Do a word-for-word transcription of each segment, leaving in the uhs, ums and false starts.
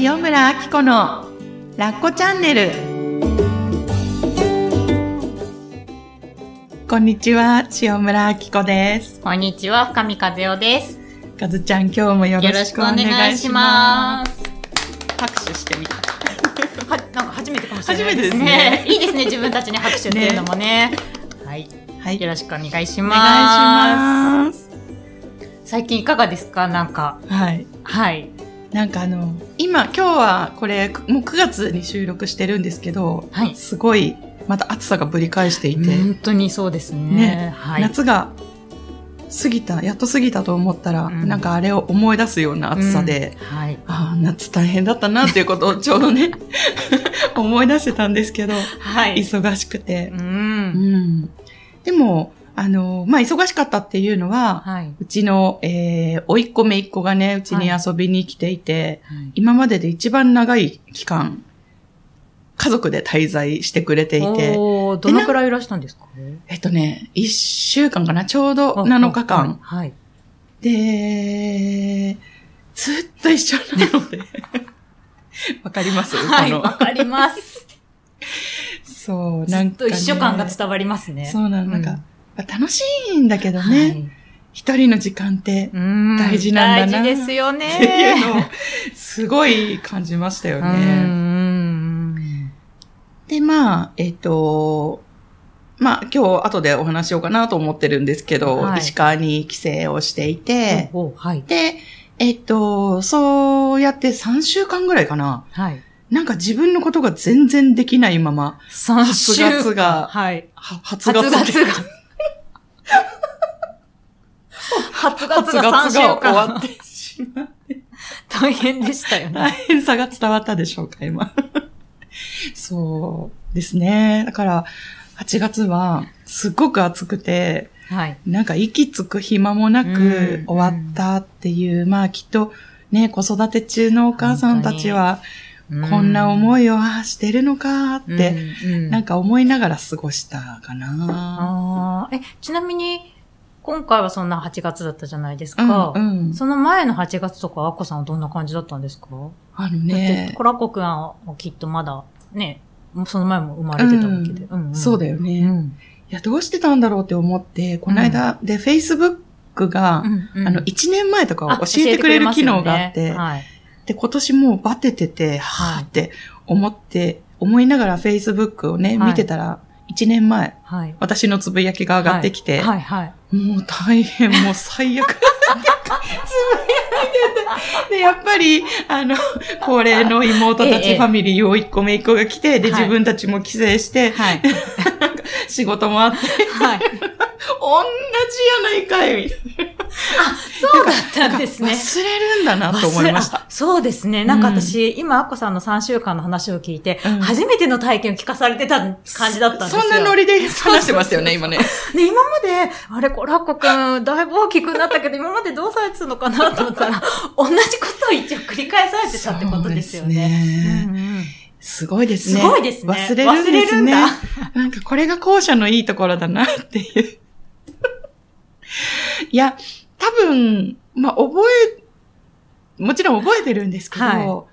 塩村あき子のラッコチャンネル。こんにちは、塩村あき子です。 こんにちは、深見和代です。 かずちゃん、今日もよろしくお願いします。よろしくお願いします。拍手してみた。 は、なんか初めてかもしれないですね。初めてですね。いいですね、自分たちに拍手っていうのもね。ね、はい、はい。よろしくお願いします。お願いします。最近いかがですか？なんか。 はい。 はい。 なんかあの、今、今日はこれ、もうくがつに収録してるんですけど、はい。すごい、また暑さがぶり返していて。 本当にそうですね。 ね、はい。夏が過ぎた、やっと過ぎたと思ったら、うん、なんかあれを思い出すような暑さで、うん、はい。ああ、夏大変だったなっていうことをちょうどね、思い出してたんですけど、はい。忙しくて。うん。うん。でも、あの、まあ、忙しかったっていうのは、はい、うちの、えー、おいっ子めいっ子がね、うちに遊びに来ていて、はい、今までで一番長い期間、家族で滞在してくれていて。 おー、どのくらいいらしたんですか？ えっとね、いっしゅうかんかな、ちょうどなのかかん。はい。で、ずっと一緒なので。わかります？ はい、わかります。 そう、なんか、ね。 ずっと一緒感が伝わりますね。 そうなの、なんか、楽しいんだけどね。はい、一人の時間って大事なんだな。 大事ですよね。 っていうのをすごい感じましたよね。うんで、まあ、えっと、まあ今日後でお話しようかなと思ってるんですけど、はい、石川に帰省をしていて、はい、で、えっと、そうやってさんしゅうかんぐらいかな。はい、なんか自分のことが全然できないまま、 さんしゅうかんはちがつが、はい、 はちがつが、はちがつがはちがつがさんしゅうかん終わってしまって。 大変でしたよね。 大変さが伝わったでしょうか、今。そうですね。だから、はちがつは、すっごく暑くて、はい、なんか息つく暇もなく終わったっていう、うん、まあきっとね、子育て中のお母さんたちは、こんな思いをしてるのかって、うんうん、なんか思いながら過ごしたかな。 あえ、ちなみに、今回はそんなはちがつだったじゃないですか。うんうん、その前のはちがつとか、アッコさんはどんな感じだったんですか？ あのね。 コラコくんはきっとまだね、その前も生まれてたわけで。 うんうん、そうだよね、うん。いや、どうしてたんだろうって思って、この間で Facebook が、うんうん、あの、いちねんまえとかを教えてくれる機能があって、ねはい、で、今年もうバテてて、はぁって思って、思いながら Facebook をね、はい、見てたら、いちねんまえ、はい、私のつぶやきが上がってきて、はいはいはい、もう大変、もう最悪。つぶやいてた。で、やっぱり、あの、高齢の妹たちファミリーをいっこめいっ子が来て、で、自分たちも帰省して、はい、なんか仕事もあって、はい、同じやないかい、みたいな。 あ、そうだったんですね。 忘れるんだなと思いました。 そうですね。なんか私、うん、今、アッコさんのさんしゅうかんの話を聞いて、うん、初めての体験を聞かされてた感じだったんですよ。 そんなノリで話してましたよね、今ね。 ね、今まで、あれ、これ、アッコくん、だいぶ大きくなったけど、今までどうされてたのかなと思ったら、同じことを一応繰り返されてたってことですよね。そうですね。うんうん、すごいですね。 すごいですね。 忘れるんですね。忘れるんだ。なんかこれが後者のいいところだなっていう。いや、多分、まあ、覚え、もちろん覚えてるんですけど、はい、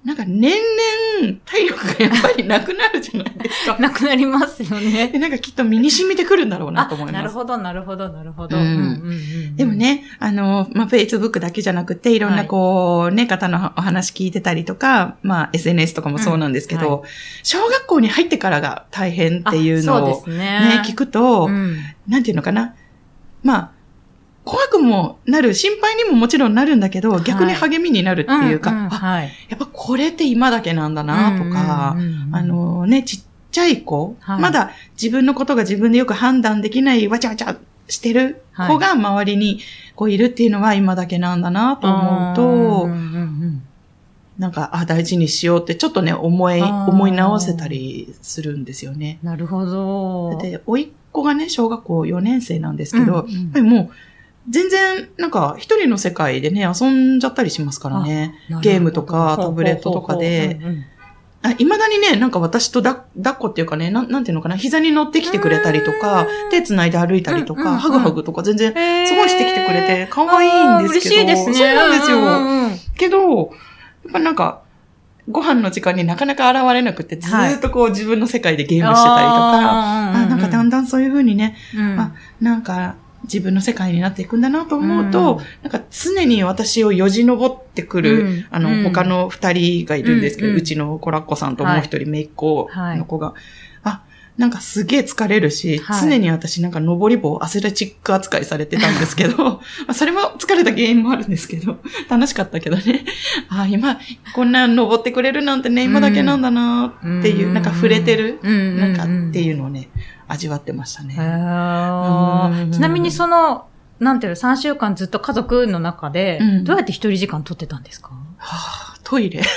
なんか年々体力がやっぱりなくなるじゃないですか。 なくなりますよね。 で、なんかきっと身に染みてくるんだろうなと思います。 なるほど、なるほど、なるほど。 でもね、あの、まあ、Facebook だけじゃなくて、いろんなこう、ね、方のお話聞いてたりとか、まあ、エスエヌエス とかもそうなんですけど、うんはい、小学校に入ってからが大変っていうのをね、ね聞くと、うん、なんていうのかな。まあ、怖くもなる、心配にももちろんなるんだけど、はい、逆に励みになるっていうか、うんうんはい、やっぱこれって今だけなんだなとか、うんうんうん、あのね、ちっちゃい子、はい、まだ自分のことが自分でよく判断できないわちゃわちゃしてる子が周りにこういるっていうのは今だけなんだなと思うと、うんうんうん、なんか、あ、大事にしようってちょっとね、思い、思い直せたりするんですよね。 なるほど。 で、甥っ子がね、小学校よねん生なんですけど、うんうん、やっぱりもう、全然、なんか、一人の世界でね、遊んじゃったりしますからね。ゲームとか、タブレットとかで。あ、未だにね、なんか私とだ、抱っこっていうかね、なん、なんていうのかな、膝に乗ってきてくれたりとか、手繋いで歩いたりとか、うんうんうん、ハグハグとか全然、すごいしてきてくれて、可愛いんですけど。 嬉しいですね。 そうなんですよ。うんうん、けど、 っぱなんか、ご飯の時間になかなか現れなくて、ずーっとこう自分の世界でゲームしてたりとか、はい、あなんかだんだんそういう風にね、うん、あなんか自分の世界になっていくんだなと思うと、うん、なんか常に私をよじ登ってくる、うん、あの、うん、他の二人がいるんですけど、うん、うちのコラッコさんともう一人姪っ子の子が、はい、あ、なんかすげえ疲れるし、はい、常に私なんか登り棒アスレチック扱いされてたんですけど、まあそれも疲れた原因もあるんですけど、楽しかったけどね。あ今、こんな登ってくれるなんてね、今だけなんだなっていう、うん、なんか触れてる、うん、なんかっていうのをね、味わってましたね。 うん、ちなみにその、なんていうの、さんしゅうかんずっと家族の中で、うん、どうやって一人時間取ってたんですか？ はあ、トイレ。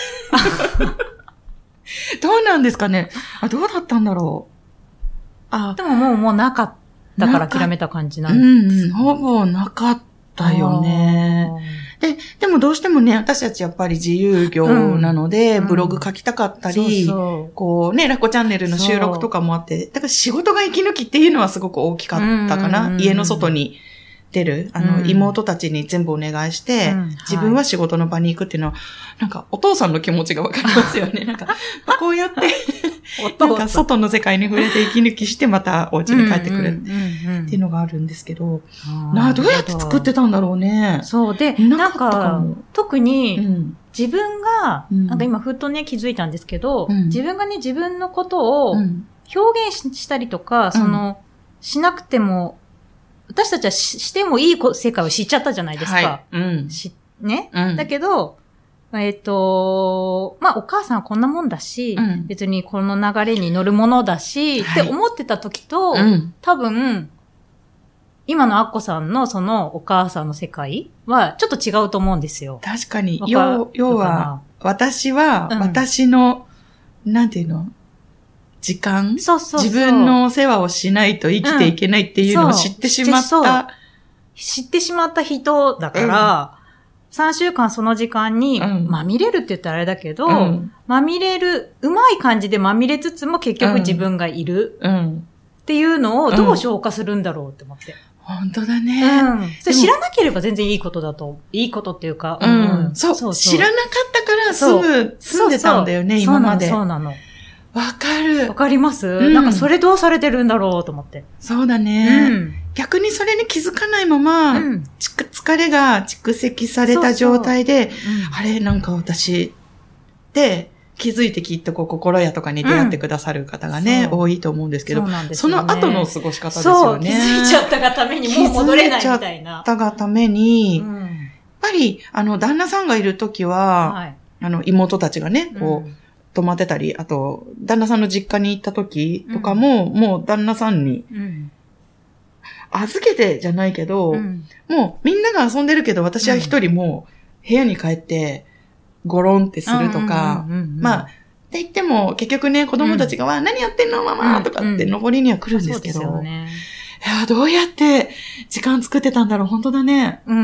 どうなんですかね。あ、どうだったんだろう。 あ、でももう、もうなかったから諦めた感じなんですか？ うん、ほぼなかったよね。で、でもどうしてもね、私たちやっぱり自由業なので、うん、ブログ書きたかったり、そうそうこうね、ラッコチャンネルの収録とかもあって、だから仕事が息抜きっていうのはすごく大きかったかな。家の外に出る、あの、うん、妹たちに全部お願いして、うんはい、自分は仕事の場に行くっていうのは、なんかお父さんの気持ちがわかりますよね。なんか、こうやって、なんか外の世界に触れて息抜きしてまたお家に帰ってくるっていうのがあるんですけど、なあどうやって作ってたんだろうね。 そうで、なんか特に自分が、うん、なんか今ふっとね気づいたんですけど、うん、自分がね自分のことを表現したりとか、うん、そのしなくても私たちは し, してもいい世界を知っちゃったじゃないですか。はいうん、しね、うん、だけど。えっと、まあ、お母さんはこんなもんだし、うん、別にこの流れに乗るものだし、はい、って思ってた時と、うん、多分、今のアッコさんのそのお母さんの世界はちょっと違うと思うんですよ。 確かに。要, 要は、私は、私の、うん、なんていうの時間そうそうそう自分のお世話をしないと生きていけないっていうのを知ってしまった。うん、 知ってしまった人だから、うんさんしゅうかんその時間に、まみれるって言ったらあれだけど、うん、まみれる、うまい感じでまみれつつも結局自分がいる、うん、っていうのをどう消化するんだろうって思って。うん、 本当だね。 うん。それ知らなければ全然いいことだと、いいことっていうか、 うん。うん、そうそうそう知らなかったから住む、住んでたんだよね、今まで。 そうなの、そうなの。 わかる。 わかります、うん、なんかそれどうされてるんだろうと思って。 そうだね。うん逆にそれに気づかないまま、うん、疲れが蓄積された状態で、そうそううん、あれなんか私で気づいてきっとこう心屋とかに出会ってくださる方がね、うん、多いと思うんですけど、 そうなんですよね、その後の過ごし方ですよね。 そう、気づいちゃったがためにもう戻れないみたいな。気づいちゃったがために、うん、やっぱりあの旦那さんがいるときは、はい、あの妹たちがね、こう、うん、泊まってたり、あと旦那さんの実家に行ったときとかも、うん、もう旦那さんに、うん預けてじゃないけど、うん、もうみんなが遊んでるけど私は一人もう部屋に帰ってゴロンってするとか、まあ、って言っても結局ね、子供たちが、うん、何やってんのママとかって登りには来るんですけど、うんうんね、いやどうやって時間作ってたんだろう、本当だね。 うん、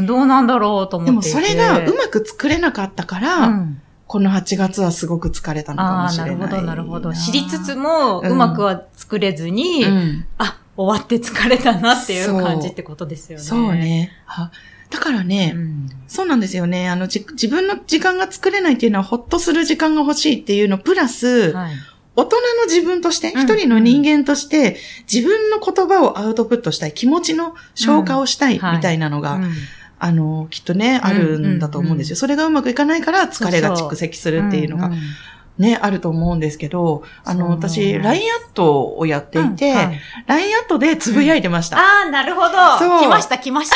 どうなんだろうと思っていて。 でもそれがうまく作れなかったから、うんこのはちがつはすごく疲れたのかもしれない。ああ、なるほど、 なるほど。知りつつも、うまくは作れずに、うん、あ、終わって疲れたなっていう感じってことですよね。 そう、そうね。だからね、うん、そうなんですよね。あのじ、自分の時間が作れないっていうのは、ほっとする時間が欲しいっていうの、プラス、はい、大人の自分として、一人の人間として、うん、自分の言葉をアウトプットしたい、気持ちの消化をしたい、みたいなのが、うんはいうんあの、きっとね、あるんだと思うんですよ。うんうんうん、それがうまくいかないから疲れが蓄積するっていうのが、ね、そうそうあると思うんですけど、あの、私、ライン アットをやっていて、うんはい、ライン アットでつぶやいてました。うん、 ああ、なるほど。そう。来ました、来ました。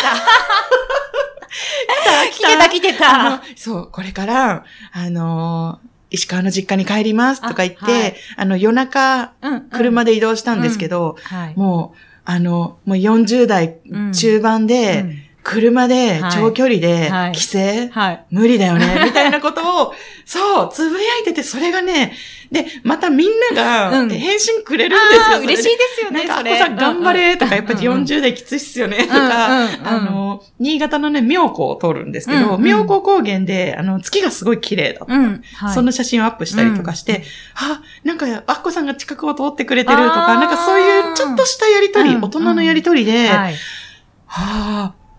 来てた、来てた。 そう、これから、あの、石川の実家に帰りますとか言って、あ、はい、あの、夜中、うんうん、車で移動したんですけど、うんはい、もう、あの、もうよんじゅう代中盤で、うんうん車で、長距離で、帰省、はいはい、無理だよね、みたいなことを、そう、つぶやいてて、それがね、で、またみんなが、返信くれるんですよ。 うん、嬉しいですよね、 なんか、あこさん頑張れ、とか、やっぱりよんじゅう代きついっすよね、とか、あの、新潟のね、妙高を通るんですけど、うんうん、妙高高原で、あの、月がすごい綺麗だった。うんはい、その写真をアップしたりとかして、うん、あ、なんか、あっこさんが近くを通ってくれてるとか、なんかそういうちょっとしたやりとり、うん、大人のやりとりで、うんはい、はあ、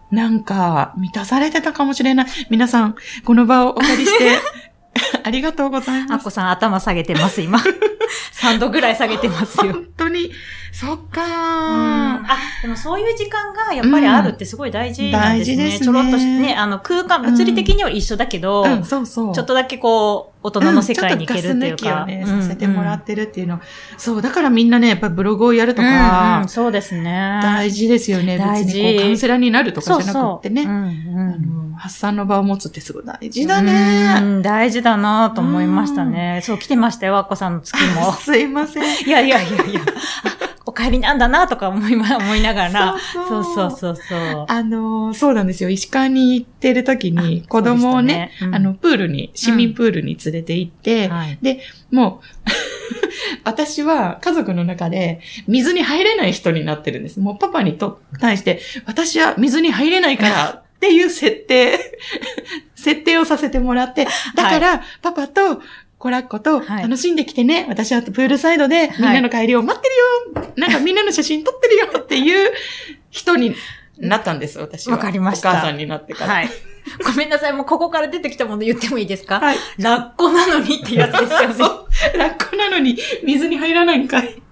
なんか、満たされてたかもしれない。皆さん、この場をお借りして、ありがとうございます。 あっこさん頭下げてます、今。さんどぐらい下げてますよ。 本当に、そっかー。 あ、でもそういう時間がやっぱりあるってすごい大事なんですね。うん、大事ですね。ちょろっとね、あの空間、物理的には一緒だけど、うんうん、そうそう。ちょっとだけこう、大人の世界に行けるっていうか。 うん、ちょっとガス抜きをね、させてもらってるっていうの。そう、だからみんなね、やっぱりブログをやるとか、 うんうん、そうですね。 大事ですよね。 大事。 別にこうカウンセラーになるとかじゃなくってね。 そうそううんうん、 あの発散の場を持つってすごい大事だね。 うん、大事だなと思いましたね。そう、来てましたよ、あっこさんの月も。 すいません。 いやいやいやいや。お帰りなんだなとか思いま、思いながら。そうそうそうそう。 あの、そうなんですよ。石川に行ってる時に子供をね、ねうん、あの、プールに、市民プールに連れて行って、うんはい、で、もう、私は家族の中で水に入れない人になってるんです。もうパパにと、対して、私は水に入れないからっていう設定、設定をさせてもらって、だから、はい、パパと、コラッコと楽しんできてね、はい、私はプールサイドでみんなの帰りを待ってるよ、はい、なんかみんなの写真撮ってるよっていう人になったんです、私は。 わかりました。 お母さんになってから。 はい。ごめんなさい、もうここから出てきたもの言ってもいいですか？はい。ラッコなのにってやつですよね。そう。 ラッコなのに水に入らないんかい。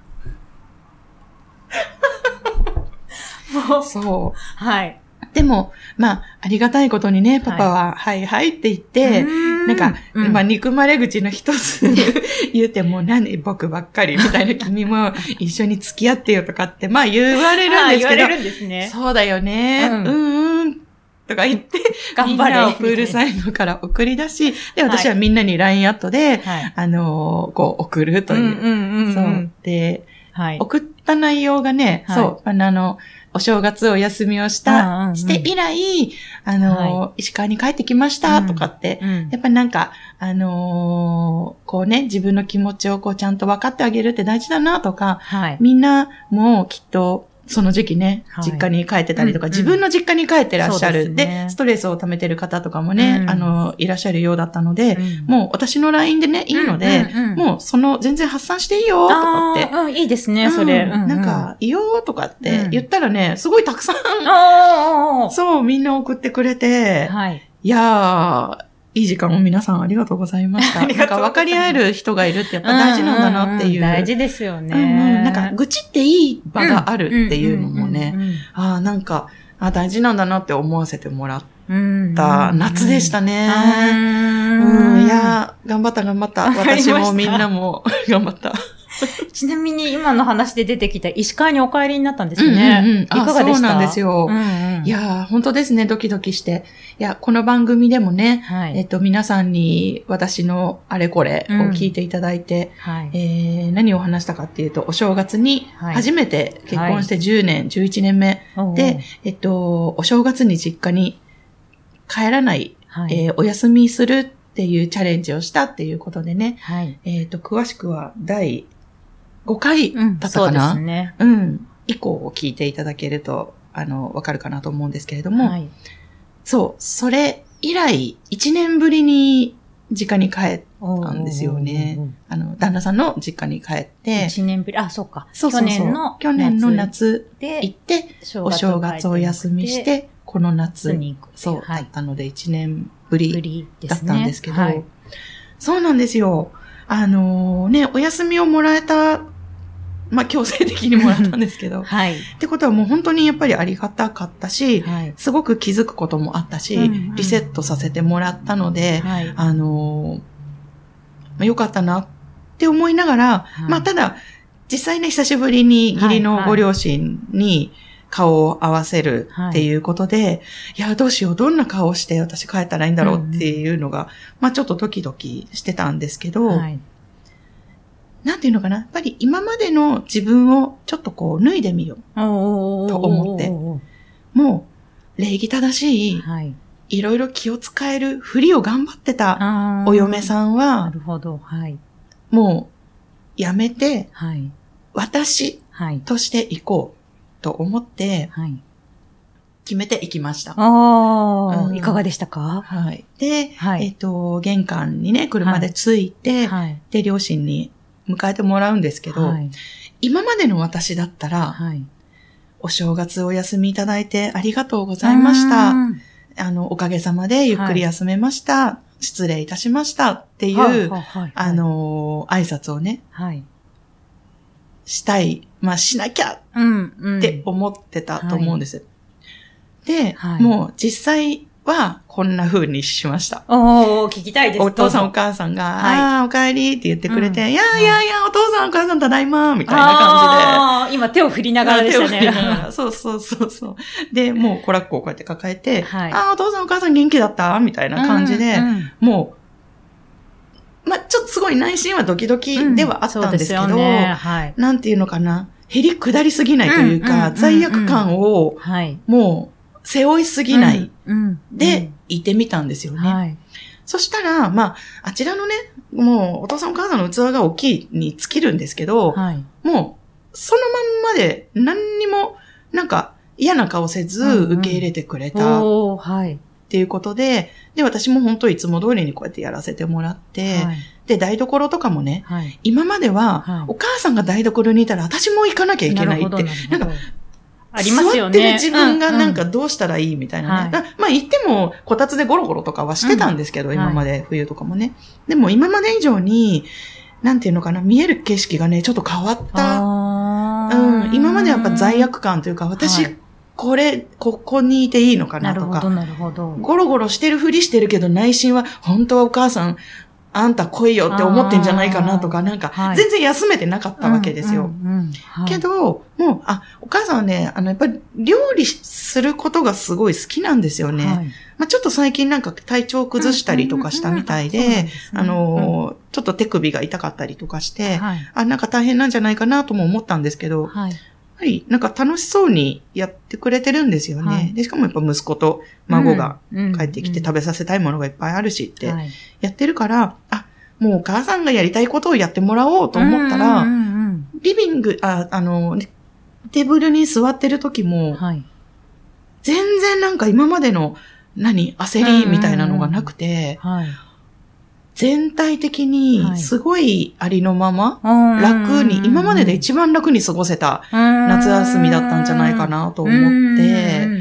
もう。そう。 はい。 でも、まあ、ありがたいことにね、パパは、はい、はい、はいって言って、なんか、うん、まあ、憎まれ口の一つ言うても、何、僕ばっかりみたいな、君も一緒に付き合ってよとかって、まあ、言われるんですけど。 言われるんですね。 そうだよね。うん、うんうんとか言って、頑張れ。みんなをプールサイドから送り出し、で、私はみんなに ライン アットで、はい、あのー、こう、送るという。うんうんうん、そう。で、はい、送った内容がね、はい、そう、あの、お正月お休みをした、うんうんうん、して以来、あの、はい、石川に帰ってきましたとかって、うんうん、やっぱなんか、あのー、こうね、自分の気持ちをこうちゃんと分かってあげるって大事だなとか、はい、みんなもきっと、その時期ね、はい、実家に帰ってたりとか、うんうん、自分の実家に帰ってらっしゃる。で、ね、ストレスを溜めてる方とかもね、うん、あの、いらっしゃるようだったので、うん、もう私の ライン でね、いいので、うんうんうん、もうその全然発散していいよ、とかって。 うん、いいですね、それ。 うん、なんか、いいよ、とかって言ったらね、すごいたくさん、 うん、 そう、みんな送ってくれて、はい、いやー、いい時間を皆さんありがとうございました。なんか分かり合える人がいるってやっぱ大事なんだなっていう。うんうんうん、 大事ですよね、 うんうん。なんか愚痴っていい場があるっていうのもね、ああ、なんかあ大事なんだなって思わせてもらった夏でしたね。うんうん、いや頑張った頑張った。私もみんなも頑張った。 ちなみに今の話で出てきた石川にお帰りになったんですよね。うんうんうん、いかがでした？そうなんですよ。うんうん、いや本当ですね、ドキドキして。いや、この番組でもね、はい、えっと、皆さんに私のあれこれを聞いていただいて、うんはい、えー、何を話したかっていうと、お正月に初めて結婚してじゅうねん、はい、じゅういちねんめで、えっと、お正月に実家に帰らない、はい、えー、お休みするっていうチャレンジをしたっていうことでね、はい、えっと、詳しくは第ごかいだったかな、うん、そうですね。うん。以降を聞いていただけると、あの、わかるかなと思うんですけれども、はい、そう、それ以来、いちねんぶりに実家に帰ったんですよね。あの、旦那さんの実家に帰って。 いちねんぶり、あ、そうか。 そうそうそう。去年の、去年の夏で行って、お正月を休みして、この夏に行く。そう、はい、だったのでいちねんぶりだったんですけど、ねはい、そうなんですよ。あのー、ね、お休みをもらえた、まあ、強制的にもらったんですけど。はい。ってことはもう本当にやっぱりありがたかったし、はい、すごく気づくこともあったし、うんうん、リセットさせてもらったので、はい、あのー、まあ、よかったなって思いながら、はい、まあ、ただ、実際ね、久しぶりに義理のご両親に顔を合わせるっていうことで、はいはい、いや、どうしよう、どんな顔をして私帰ったらいいんだろうっていうのが、うん、まあ、ちょっとドキドキしてたんですけど、はい、なんていうのかな、やっぱり今までの自分をちょっとこう脱いでみようと思って、もう礼儀正しい、はい、いろいろ気を使えるふりを頑張ってたお嫁さんは、 なるほど、はい、 もうやめて、はい、私としていこうと思って、はい、決めていきました。 ああ、うん、いかがでしたか？ はい。で、はい、えっと、玄関にね、車で着いて、はい、で、両親に迎えてもらうんですけど、はい、今までの私だったら、はい、 お正月お休みいただいてありがとうございました。あの、おかげさまでゆっくり休めました。はい、失礼いたしましたっていう、はいはいはいはい、あの、挨拶をね、はい、したい、まあ、しなきゃって思ってたと思うんです。うんうん、で、はい、もう実際はこんな風にしました。 おー、聞きたいです。 お父さんお母さんが、はい、あー、お帰りって言ってくれて、うん、いやいやいや、お父さんお母さんただいまみたいな感じで。 あー、今手を振りながらでしたね。手を振りながら。 そうそうそうそう。で、もうコラッコをこうやって抱えて、はい、あー、お父さんお母さん元気だったみたいな感じで、うんうん、もう、ま、ちょっとすごい内心はドキドキではあったんですけど、うんねはい、なんていうのかな、減り下りすぎないというか、うんうんうんうん、罪悪感を、はい、もう、背負いすぎない、うんうん、で、いてみたんですよね。はい、そしたら、まあ、あちらのね、もうお父さんお母さんの器が大きいに尽きるんですけど、はい、もう、そのまんまで何にも、なんか嫌な顔せず受け入れてくれたっていうことで、うんうんで、私も本当いつも通りにこうやってやらせてもらって、はい、で、台所とかもね、はい、今までは、はい、お母さんが台所にいたら私も行かなきゃいけないって、な, なんか、 ありますよね。 座ってる自分がなんかどうしたらいいみたいなね。うんうん、まあ言っても、こたつでゴロゴロとかはしてたんですけど、うん、今まで冬とかもね。でも今まで以上に、なんていうのかな、見える景色がね、ちょっと変わった。うん、今までやっぱ罪悪感というか、私、はい、これ、ここにいていいのかなとか。 なるほど、なるほど。 ゴロゴロしてるふりしてるけど、内心は、本当はお母さん、あんた来いよって思ってんじゃないかなとか、なんか、全然休めてなかったわけですよ。けど、もう、あ、お母さんはね、あの、やっぱり料理することがすごい好きなんですよね。はい、まあ、ちょっと最近なんか体調を崩したりとかしたみたいで、あの、うん、ちょっと手首が痛かったりとかして、はい、あ、なんか大変なんじゃないかなとも思ったんですけど、はい、やはりなんか楽しそうにやってくれてるんですよね。はい、で、しかもやっぱ息子と孫が帰ってきて食べさせたいものがいっぱいあるしってやってるから、あ、もうお母さんがやりたいことをやってもらおうと思ったら、リビング、あ、あの、テーブルに座ってる時も、はい、全然なんか今までの何、焦りみたいなのがなくて、はい、全体的にすごいありのまま、はい、楽に、今までで一番楽に過ごせた夏休みだったんじゃないかなと思って、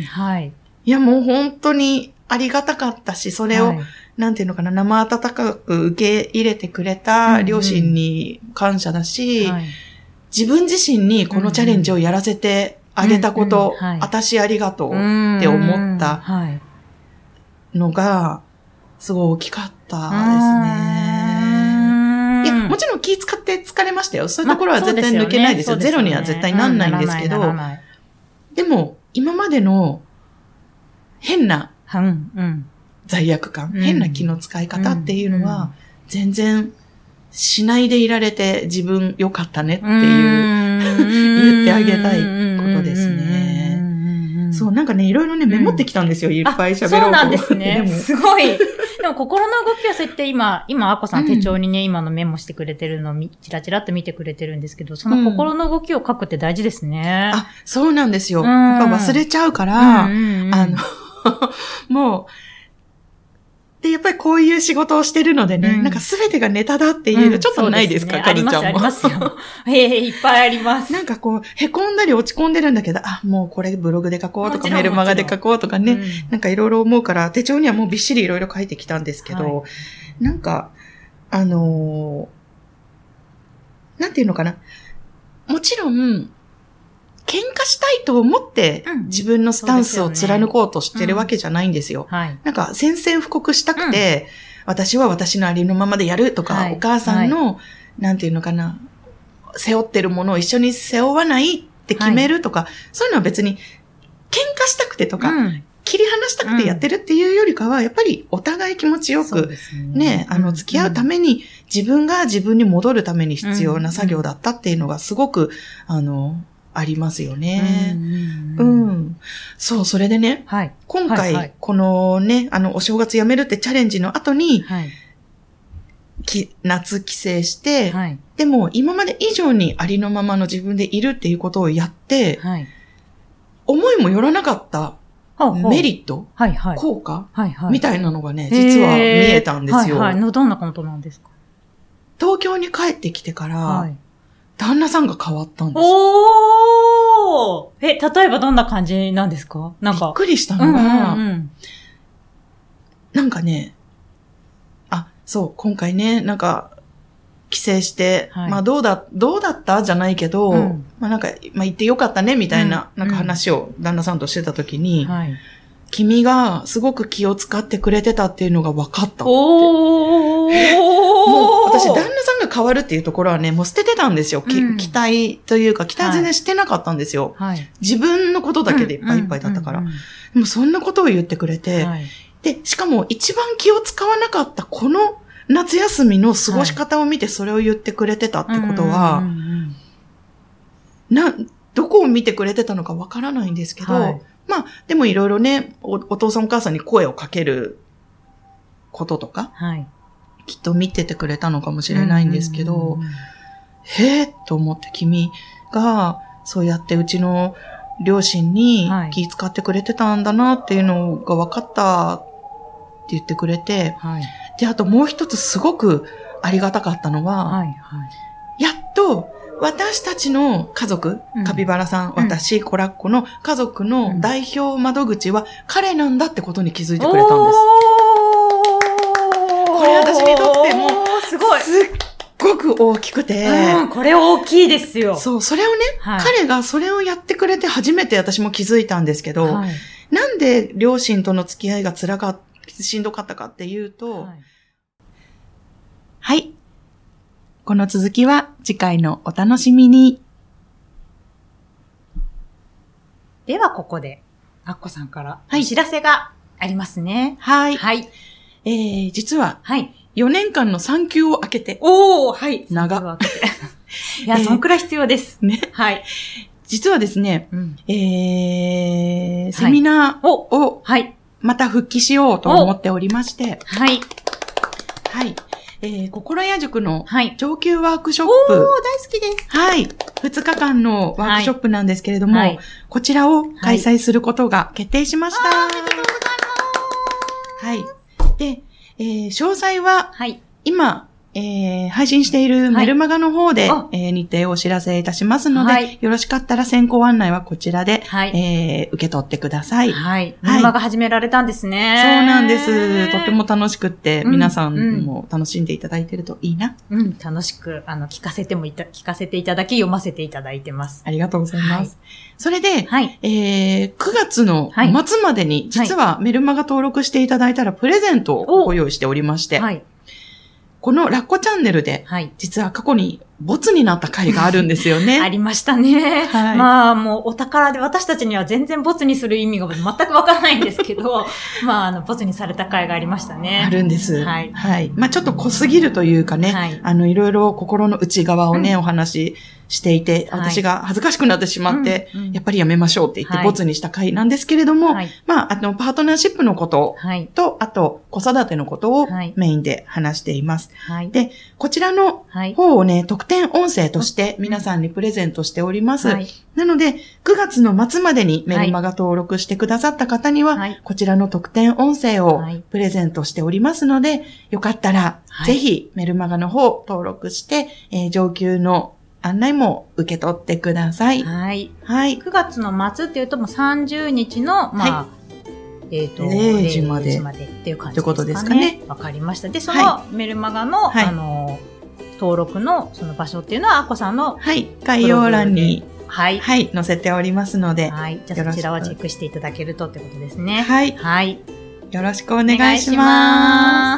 はい、いやもう本当にありがたかったし、それを、はい、なんていうのかな、生温かく受け入れてくれた両親に感謝だし、はい、自分自身にこのチャレンジをやらせてあげたこと、うんうんはい、私ありがとうって思ったのが、すごい大きかったですね。いや、もちろん気使って疲れましたよ。そういうところは絶対抜けないですよ。まあ、そうですよね。ゼロには絶対なんないんですけど、うん、でも、今までの変な罪悪感、うん、変な気の使い方っていうのは、全然しないでいられて自分良かったねっていう、言ってあげたいことですね。そう、なんかね、いろいろね、メモってきたんですよ。いっぱい喋ろうと。 そうなんですね。すごい。でも、心の動きをそうやって今、今、アッコさん手帳にね、うん、今のメモしてくれてるのをチラチラっと見てくれてるんですけど、その心の動きを書くって大事ですね。 うん、あ、そうなんですよ。やっぱ忘れちゃうから、うんうんうん、あの、もう、で、やっぱりこういう仕事をしてるのでね、うん、なんか全てがネタだって言える、ちょっとないですか、かるちゃんも。 あります、ありますよ。ええ、いっぱいあります。 なんかこう、凹んだり落ち込んでるんだけど、あ、もうこれブログで書こうとか、メルマガで書こうとかね、うん、なんかいろいろ思うから、手帳にはもうびっしりいろいろ書いてきたんですけど、はい、なんか、あのー、なんていうのかな。もちろん、喧嘩したいと思って自分のスタンスを貫こうとしてるわけじゃないんですよ。うん、はい、なんか宣戦布告したくて、うん、私は私のありのままでやるとか、はい、お母さんの、はい、なんていうのかな、背負ってるものを一緒に背負わないって決めるとか、はい、そういうのは別に喧嘩したくてとか、うん、切り離したくてやってるっていうよりかは、やっぱりお互い気持ちよく、ね、ね、あの、付き合うために、自分が自分に戻るために必要な作業だったっていうのがすごく、あの、ありますよね。うん、うん。そう、それでね、はい、今回、はいはい、このね、あの、お正月やめるってチャレンジの後に、はい、き夏帰省して、はい、でも今まで以上にありのままの自分でいるっていうことをやって、はい、思いもよらなかったメリット、はいはい、効果、はいはい、みたいなのがね、実は見えたんですよ。 はいはい、どんなことなんですか？ 東京に帰ってきてから、はい、旦那さんが変わったんです。 おーおーえ、例えばどんな感じなんですか？なんか。 びっくりしたのが、 うんうんうん、 なんかね、あ、そう、今回ね、なんか、帰省して、はい、まあどうだ、どうだったじゃないけど、うん、まあなんか、まあ行ってよかったねみたいな、うん、なんか話を旦那さんとしてたときに、はい、君がすごく気を使ってくれてたっていうのが分かったって。おーもう私旦那さんが変わるっていうところはね、もう捨ててたんですよ。うん、期待というか、期待全然してなかったんですよ。はい、自分のことだけでいっぱいいっぱいだったから。でもそんなことを言ってくれて、はい、で、しかも一番気を使わなかったこの夏休みの過ごし方を見てそれを言ってくれてたってことは、な、どこを見てくれてたのかわからないんですけど、はい、まあ、でもいろいろねお、お父さんお母さんに声をかけることとか、はい、きっと見ててくれたのかもしれないんですけど、へーと思って君がそうやってうちの両親に気遣ってくれてたんだなっていうのが分かったって言ってくれて、はい、で、あともう一つすごくありがたかったのは、はいはい、やっと私たちの家族、うん、カピバラさん、私、コラッコの家族の代表窓口は彼なんだってことに気づいてくれたんです。これ私にとっても、すごい。すっごく大きくて、 うん。これ大きいですよ。 そう、それをね、はい、彼がそれをやってくれて初めて私も気づいたんですけど、はい、なんで両親との付き合いが辛かった、しんどかったかっていうと、はい。はい。この続きは次回のお楽しみに。 ではここで、アッコさんからお知らせがありますね。 はい。はい。えー、実は、はい。よねんかんの産休を明けて。 おー、はい。 長。 いや、そんくらい必要です。 ね。はい。実はですね、うん、えー、セミナーを、はい。また復帰しようと思っておりまして。はい。はい。えー、心屋塾の上級ワークショップ。 おー、大好きです。 はい。ふつかかんのワークショップなんですけれども、はい、こちらを開催することが決定しました。 はい、おめでとうございます。 はい。で、えー、詳細は、はい、今、えー、配信しているメルマガの方で、はい、えー、日程をお知らせいたしますので、はい、よろしかったら先行案内はこちらで、はい、えー、受け取ってください。 はい。メルマガ始められたんですね。 そうなんです。とても楽しくって、うん、皆さんも楽しんでいただいているといいな。 うん、うん、楽しく、あの、聞かせてもいた、聞かせていただき、読ませていただいてます。 ありがとうございます。はい、それで、はい、えー、くがつの末までに、実はメルマガ登録していただいたらプレゼントをご用意しておりまして、はい、このラッコチャンネルで、はい、実は過去にボツになった回があるんですよね。 ありましたね。はい、まあもうお宝で私たちには全然ボツにする意味が全くわからないんですけど、まああのボツにされた回がありましたね。 あるんです。はい。はい。まあちょっと濃すぎるというかね、はい、あのいろいろ心の内側をね、うん、お話ししていて、私が恥ずかしくなってしまって、はい、やっぱりやめましょうって言ってボツにした回なんですけれども、はい、まああのパートナーシップのことと、はい、あと子育てのことをメインで話しています。はい、で、こちらの方をね、特典音声として皆さんにプレゼントしております。はい、なので、くがつの末までにメルマガ登録してくださった方には、はい、こちらの特典音声をプレゼントしておりますので、よかったら、はい、ぜひメルマガの方登録して、えー、上級の案内も受け取ってください。 はい。はい。くがつの末っていうともうさんじゅうにちの、まあ、はい、えっ、ー、と、 れいじまで。 れいじまでっていう感じですかね。ということですかね。 わかりました。で、そのメルマガの、はい、あの、登録のその場所っていうのは、アッコさんの。 はい。概要欄に。はい。はい。載せておりますので。 はい。じゃあそちらはチェックしていただけるとってことですね。 はい。 はい。 よろしくお願いします。